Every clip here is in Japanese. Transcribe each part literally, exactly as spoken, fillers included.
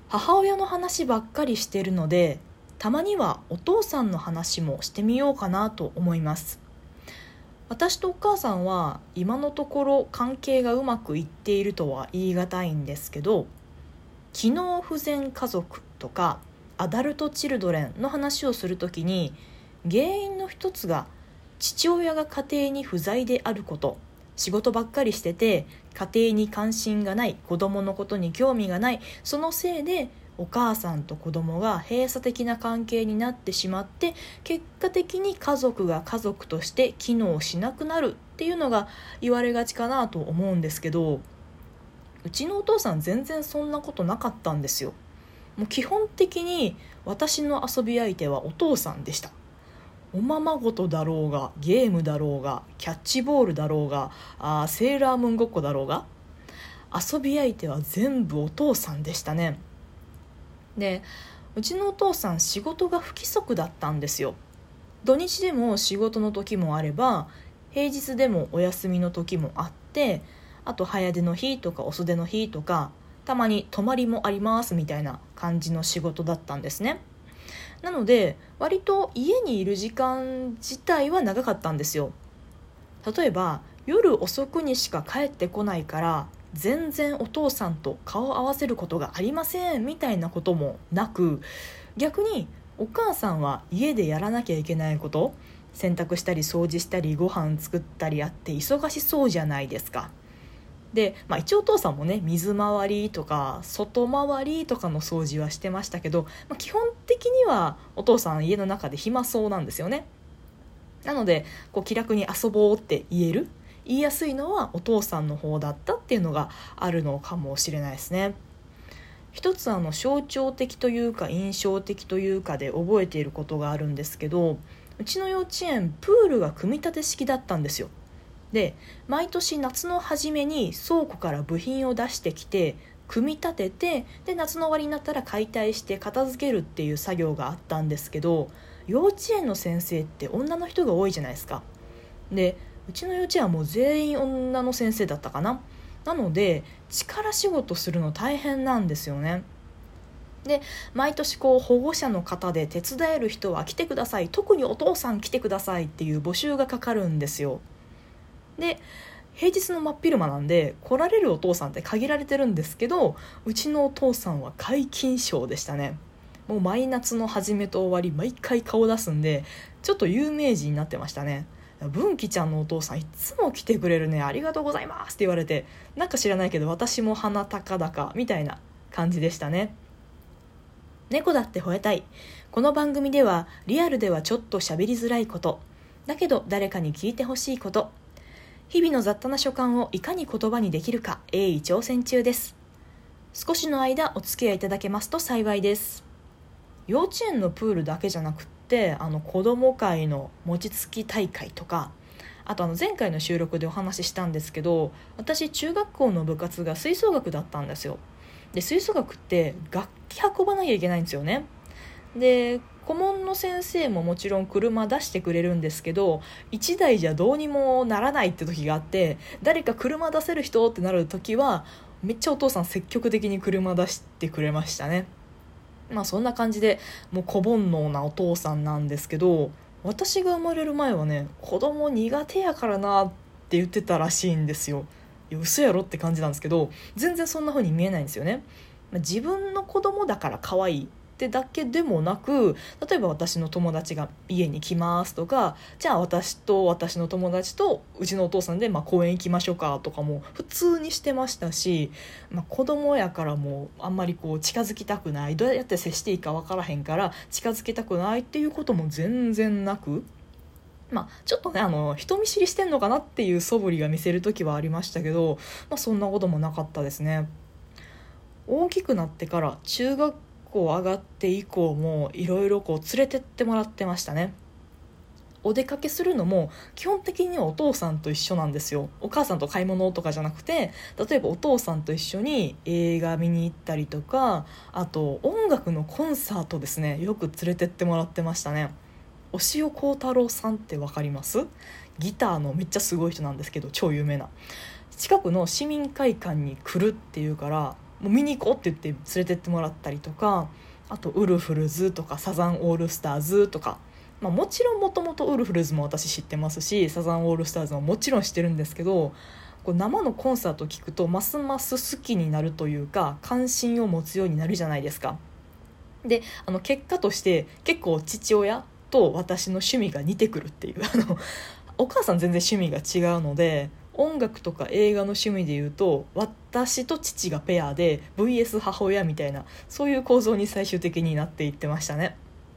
母親の話ばっかりしてるので、たまにはお父さんの話もしてみようかなと思います。私とお母さんは今のところ関係がうまくいっているとは言い難いんですけど、機能不全家族とかアダルトチルドレンの話をするときに、原因の一つが父親が家庭に不在であること、仕事ばっかりしてて家庭に関心がない、子供のことに興味がない、そのせいでお母さんと子供が閉鎖的な関係になってしまって、結果的に家族が家族として機能しなくなるっていうのが言われがちかなと思うんですけど、うちのお父さん全然そんなことなかったんですよ。もう基本的に私の遊び相手はお父さんでした。おままごとだろうが、ゲームだろうが、キャッチボールだろうが、あーセーラームーンごっこだろうが、遊び相手は全部お父さんでしたね。で、うちのお父さん仕事が不規則だったんですよ。土日でも仕事の時もあれば、平日でもお休みの時もあって、あと早出の日とか遅出の日とか、たまに泊まりもありますみたいな感じの仕事だったんですね。なので割と家にいる時間自体は長かったんですよ。例えば夜遅くにしか帰ってこないから全然お父さんと顔を合わせることがありませんみたいなこともなく、逆にお母さんは家でやらなきゃいけないこと、洗濯したり掃除したりご飯作ったりあって忙しそうじゃないですか。で、まあ、一応お父さんもね、水回りとか外回りとかの掃除はしてましたけど、まあ、基本的にはお父さん家の中で暇そうなんですよね。なのでこう気楽に遊ぼうって言える言いやすいのはお父さんの方だったっていうのがあるのかもしれないですね。一つあの象徴的というか印象的というかで覚えていることがあるんですけど、うちの幼稚園プールが組み立て式だったんですよ。で、毎年夏の初めに倉庫から部品を出してきて組み立てて、で夏の終わりになったら解体して片付けるっていう作業があったんですけど、幼稚園の先生って女の人が多いじゃないですか。で、うちの幼稚園はもう全員女の先生だったかな。なので力仕事するの大変なんですよね。で、毎年こう保護者の方で手伝える人は来てください、特にお父さん来てくださいっていう募集がかかるんですよ。で、平日の真っ昼間なんで来られるお父さんって限られてるんですけど、うちのお父さんは皆勤賞でしたね。もう毎夏の始めと終わり毎回顔出すんで、ちょっと有名人になってましたね。文輝ちゃんのお父さんいつも来てくれるね、ありがとうございますって言われて、なんか知らないけど私も鼻高々みたいな感じでしたね。猫だって吠えたい。この番組ではリアルではちょっと喋りづらいこと、だけど誰かに聞いてほしいこと、日々の雑多な所感をいかに言葉にできるか鋭意挑戦中です。少しの間お付き合いいただけますと幸いです。幼稚園のプールだけじゃなくって、あの子ども会の餅つき大会とか、あとあの前回の収録でお話ししたんですけど、私中学校の部活が吹奏楽だったんですよ。で、吹奏楽って楽器運ばなきゃいけないんですよね。で、顧問の先生ももちろん車出してくれるんですけど、いちだいじゃどうにもならないって時があって、誰か車出せる人ってなる時はめっちゃお父さん積極的に車出してくれましたね。まあそんな感じで、もう小煩悩なお父さんなんですけど、私が生まれる前はね、子供苦手やからなって言ってたらしいんですよ。いや嘘やろって感じなんですけど、全然そんな風に見えないんですよね。自分の子供だから可愛いってだけでもなく、例えば私の友達が家に来ますとか、じゃあ私と私の友達とうちのお父さんでまあ公園行きましょうかとかも普通にしてましたし、まあ、子供やからもうあんまりこう近づきたくない、どうやって接していいか分からへんから近づきたくないっていうことも全然なく、まあ、ちょっとねあの人見知りしてんのかなっていう素振りが見せる時はありましたけど、まあ、そんなこともなかったですね。大きくなってから中学校上がって以降もいろいろこう連れてってもらってましたね。お出かけするのも基本的にはお父さんと一緒なんですよ。お母さんと買い物とかじゃなくて、例えばお父さんと一緒に映画見に行ったりとか、あと音楽のコンサートですね、よく連れてってもらってましたね。押尾幸太郎さんってわかります？ギターのめっちゃすごい人なんですけど、超有名な。近くの市民会館に来るっていうから、 もう見に行こうって言って連れてってもらったりとか、あとウルフルズとかサザンオールスターズとか、まあ、もちろんもともとウルフルズも私知ってますし、サザンオールスターズももちろん知ってるんですけど、こう生のコンサートを聞くとますます好きになるというか、関心を持つようになるじゃないですか。であの結果として結構父親と私の趣味が似てくるっていうあのお母さん全然趣味が違うので、音楽とか映画の趣味でいうと私と父がペアで ブイエス 母親みたいな、そういう構造に最終的になっていってましたね。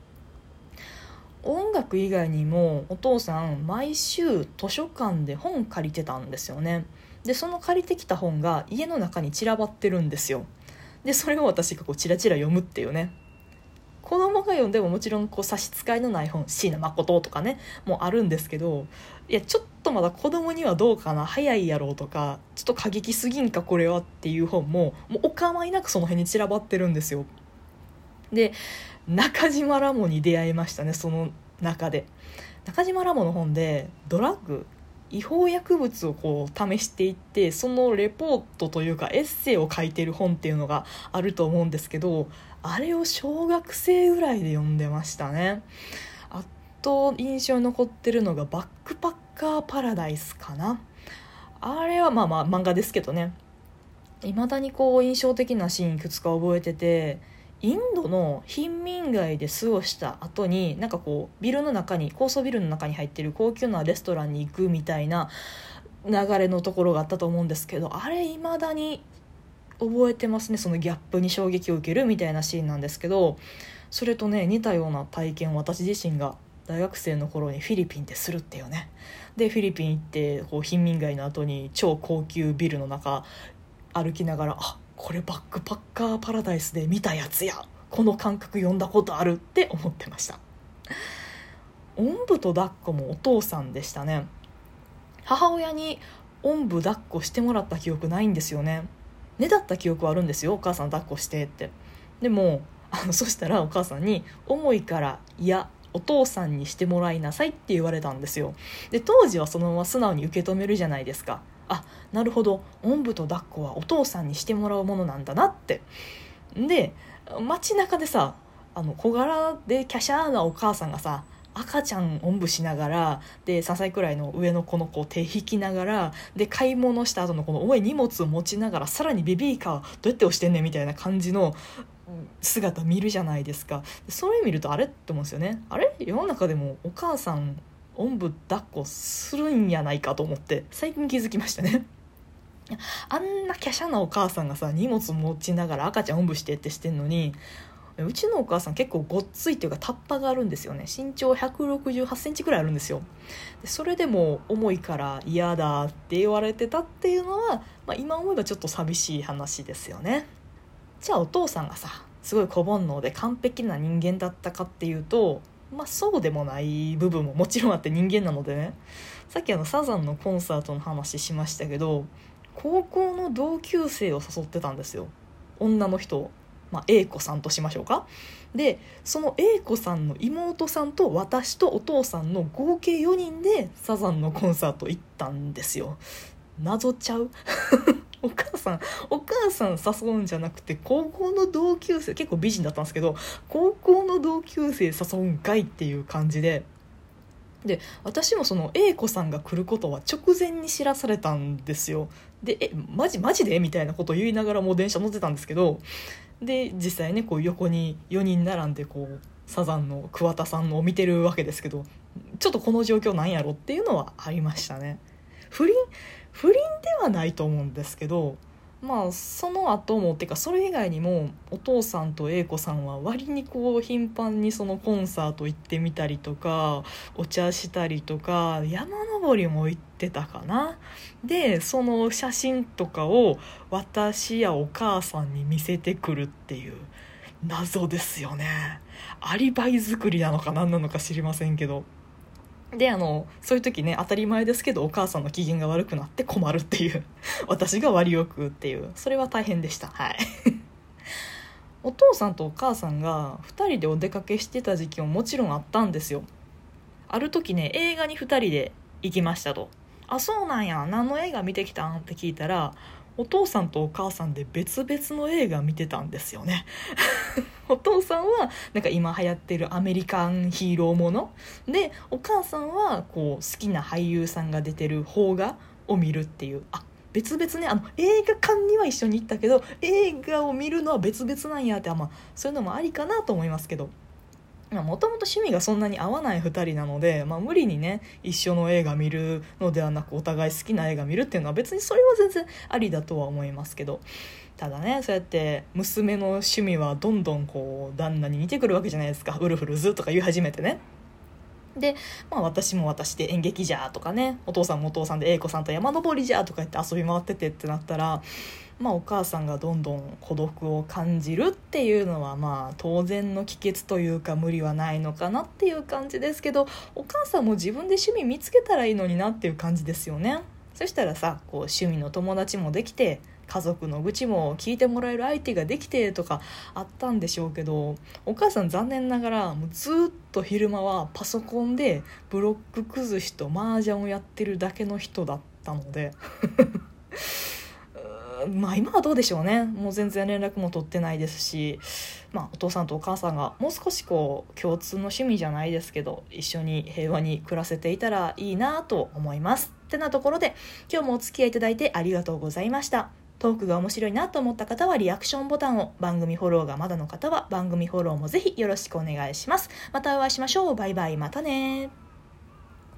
音楽以外にもお父さん毎週図書館で本借りてたんですよね。でその借りてきた本が家の中に散らばってるんですよ。でそれを私がこうチラチラ読むっていうね。子供が読んでももちろんこう差し支えのない本、椎名誠とかねもあるんですけど、いやちょっとまだ子供にはどうかな、早いやろうとか、ちょっと過激すぎんかこれはっていう本ももうお構いなくその辺に散らばってるんですよ。で中島ラモに出会いましたね。その中で中島ラモの本でドラッグ、違法薬物をこう試していって、そのレポートというかエッセイを書いてる本っていうのがあると思うんですけど、あれを小学生ぐらいで読んでましたね。あと印象に残ってるのがバックパッカーパラダイスかな。あれはまあまあ漫画ですけどね、未だにこう印象的なシーンいくつか覚えてて、インドの貧民街で過ごした後になんかこうビルの中に高層ビルの中に入ってる高級なレストランに行くみたいな流れのところがあったと思うんですけど、あれ未だに覚えてますね。そのギャップに衝撃を受けるみたいなシーンなんですけど、それとね似たような体験を私自身が大学生の頃にフィリピンでするっていうね。でフィリピン行ってこう貧民街の後に超高級ビルの中歩きながら、あ、これバックパッカーパラダイスで見たやつや、この感覚読んだことあるって思ってました。おんぶと抱っこもお父さんでしたね。母親におんぶ抱っこしてもらった記憶ないんですよね。ねだった記憶はあるんですよ、お母さん抱っこしてって。でもあのそしたらお母さんに重いからいやお父さんにしてもらいなさいって言われたんですよ。で当時はそのまま素直に受け止めるじゃないですか。あ、なるほど、おんぶと抱っこはお父さんにしてもらうものなんだなって。で街中でさ、あの小柄で華奢なお母さんがさ、赤ちゃんおんぶしながらでさんさいくらいの上の子の子を手引きながらで買い物した後のこの重い荷物を持ちながらさらにベビーカーどうやって押してんねんみたいな感じの姿見るじゃないですか。それ見るとあれって思うんですよね。あれ世の中でもお母さんおんぶ抱っこするんやないかと思って最近気づきましたね。あんな華奢なお母さんがさ荷物持ちながら赤ちゃんおんぶしてってしてんのに、うちのお母さん結構ごっついっていうかタッパがあるんですよね。身長ひゃくろくじゅうはちセンチくらいあるんですよ。でそれでも重いから嫌だって言われてたっていうのは、まあ、今思えばちょっと寂しい話ですよね。じゃあお父さんがさすごい小煩悩で完璧な人間だったかっていうと、まあそうでもない部分ももちろんあって人間なのでね。さっきあのサザンのコンサートの話しましたけど、高校の同級生を誘ってたんですよ、女の人を。まあ、A 子さんとしましょうか。でその A 子さんの妹さんと私とお父さんの合計よにんでサザンのコンサート行ったんですよ。謎ちゃうお母さんお母さん誘うんじゃなくて高校の同級生、結構美人だったんですけど高校の同級生誘うんかいっていう感じで、で私もその A 子さんが来ることは直前に知らされたんですよ。でえマジマジでみたいなことを言いながらもう電車乗ってたんですけど、で実際ねこう横によにん並んでこうサザンの桑田さんのを見てるわけですけど、ちょっとこの状況なんやろっていうのはありましたね。不倫不倫ではないと思うんですけど、まあその後もっていうかそれ以外にもお父さんと英子さんは割にこう頻繁にそのコンサート行ってみたりとかお茶したりとか山登りも行ってたかな。でその写真とかを私やお母さんに見せてくるっていう謎ですよね。アリバイ作りなのか何なのか知りませんけど、であのそういう時ね当たり前ですけどお母さんの機嫌が悪くなって困るっていう私が割を食うっていう、それは大変でした。はいお父さんとお母さんがふたりでお出かけしてた時期ももちろんあったんですよ。ある時ね映画にふたりで行きましたと。あそうなんや、何の映画見てきたんって聞いたら、 お父さんとお母さんで別々の映画見てたんですよねお父さんはなんか今流行ってるアメリカンヒーローもので、お母さんはこう好きな俳優さんが出てる邦画を見るっていう、あ、別々ね、あの映画館には一緒に行ったけど映画を見るのは別々なんやって、まあ、そういうのもありかなと思いますけど、もともと趣味がそんなに合わないふたりなので、まあ、無理にね一緒の映画見るのではなく、お互い好きな映画見るっていうのは別にそれは全然ありだとは思いますけど、ただね、そうやって娘の趣味はどんどんこう旦那に似てくるわけじゃないですか。ウルフルズとか言い始めてね。で、まあ、私も私で演劇じゃとかね、お父さんもお父さんで英子さんと山登りじゃとか言って遊び回っててってなったら、まあ、お母さんがどんどん孤独を感じるっていうのはまあ当然の帰結というか無理はないのかなっていう感じですけど、お母さんも自分で趣味見つけたらいいのになっていう感じですよね。そしたらさ、こう趣味の友達もできて、家族の愚痴も聞いてもらえる相手ができてとかあったんでしょうけど、お母さん残念ながらもうずっと昼間はパソコンでブロック崩しと麻雀をやってるだけの人だったのでまあ今はどうでしょうね。もう全然連絡も取ってないですし、まあ、お父さんとお母さんがもう少しこう共通の趣味じゃないですけど一緒に平和に暮らせていたらいいなと思いますってなところで、今日もお付き合いいただいてありがとうございました。トークが面白いなと思った方はリアクションボタンを、番組フォローがまだの方は番組フォローもぜひよろしくお願いします。またお会いしましょう。バイバイ。またね。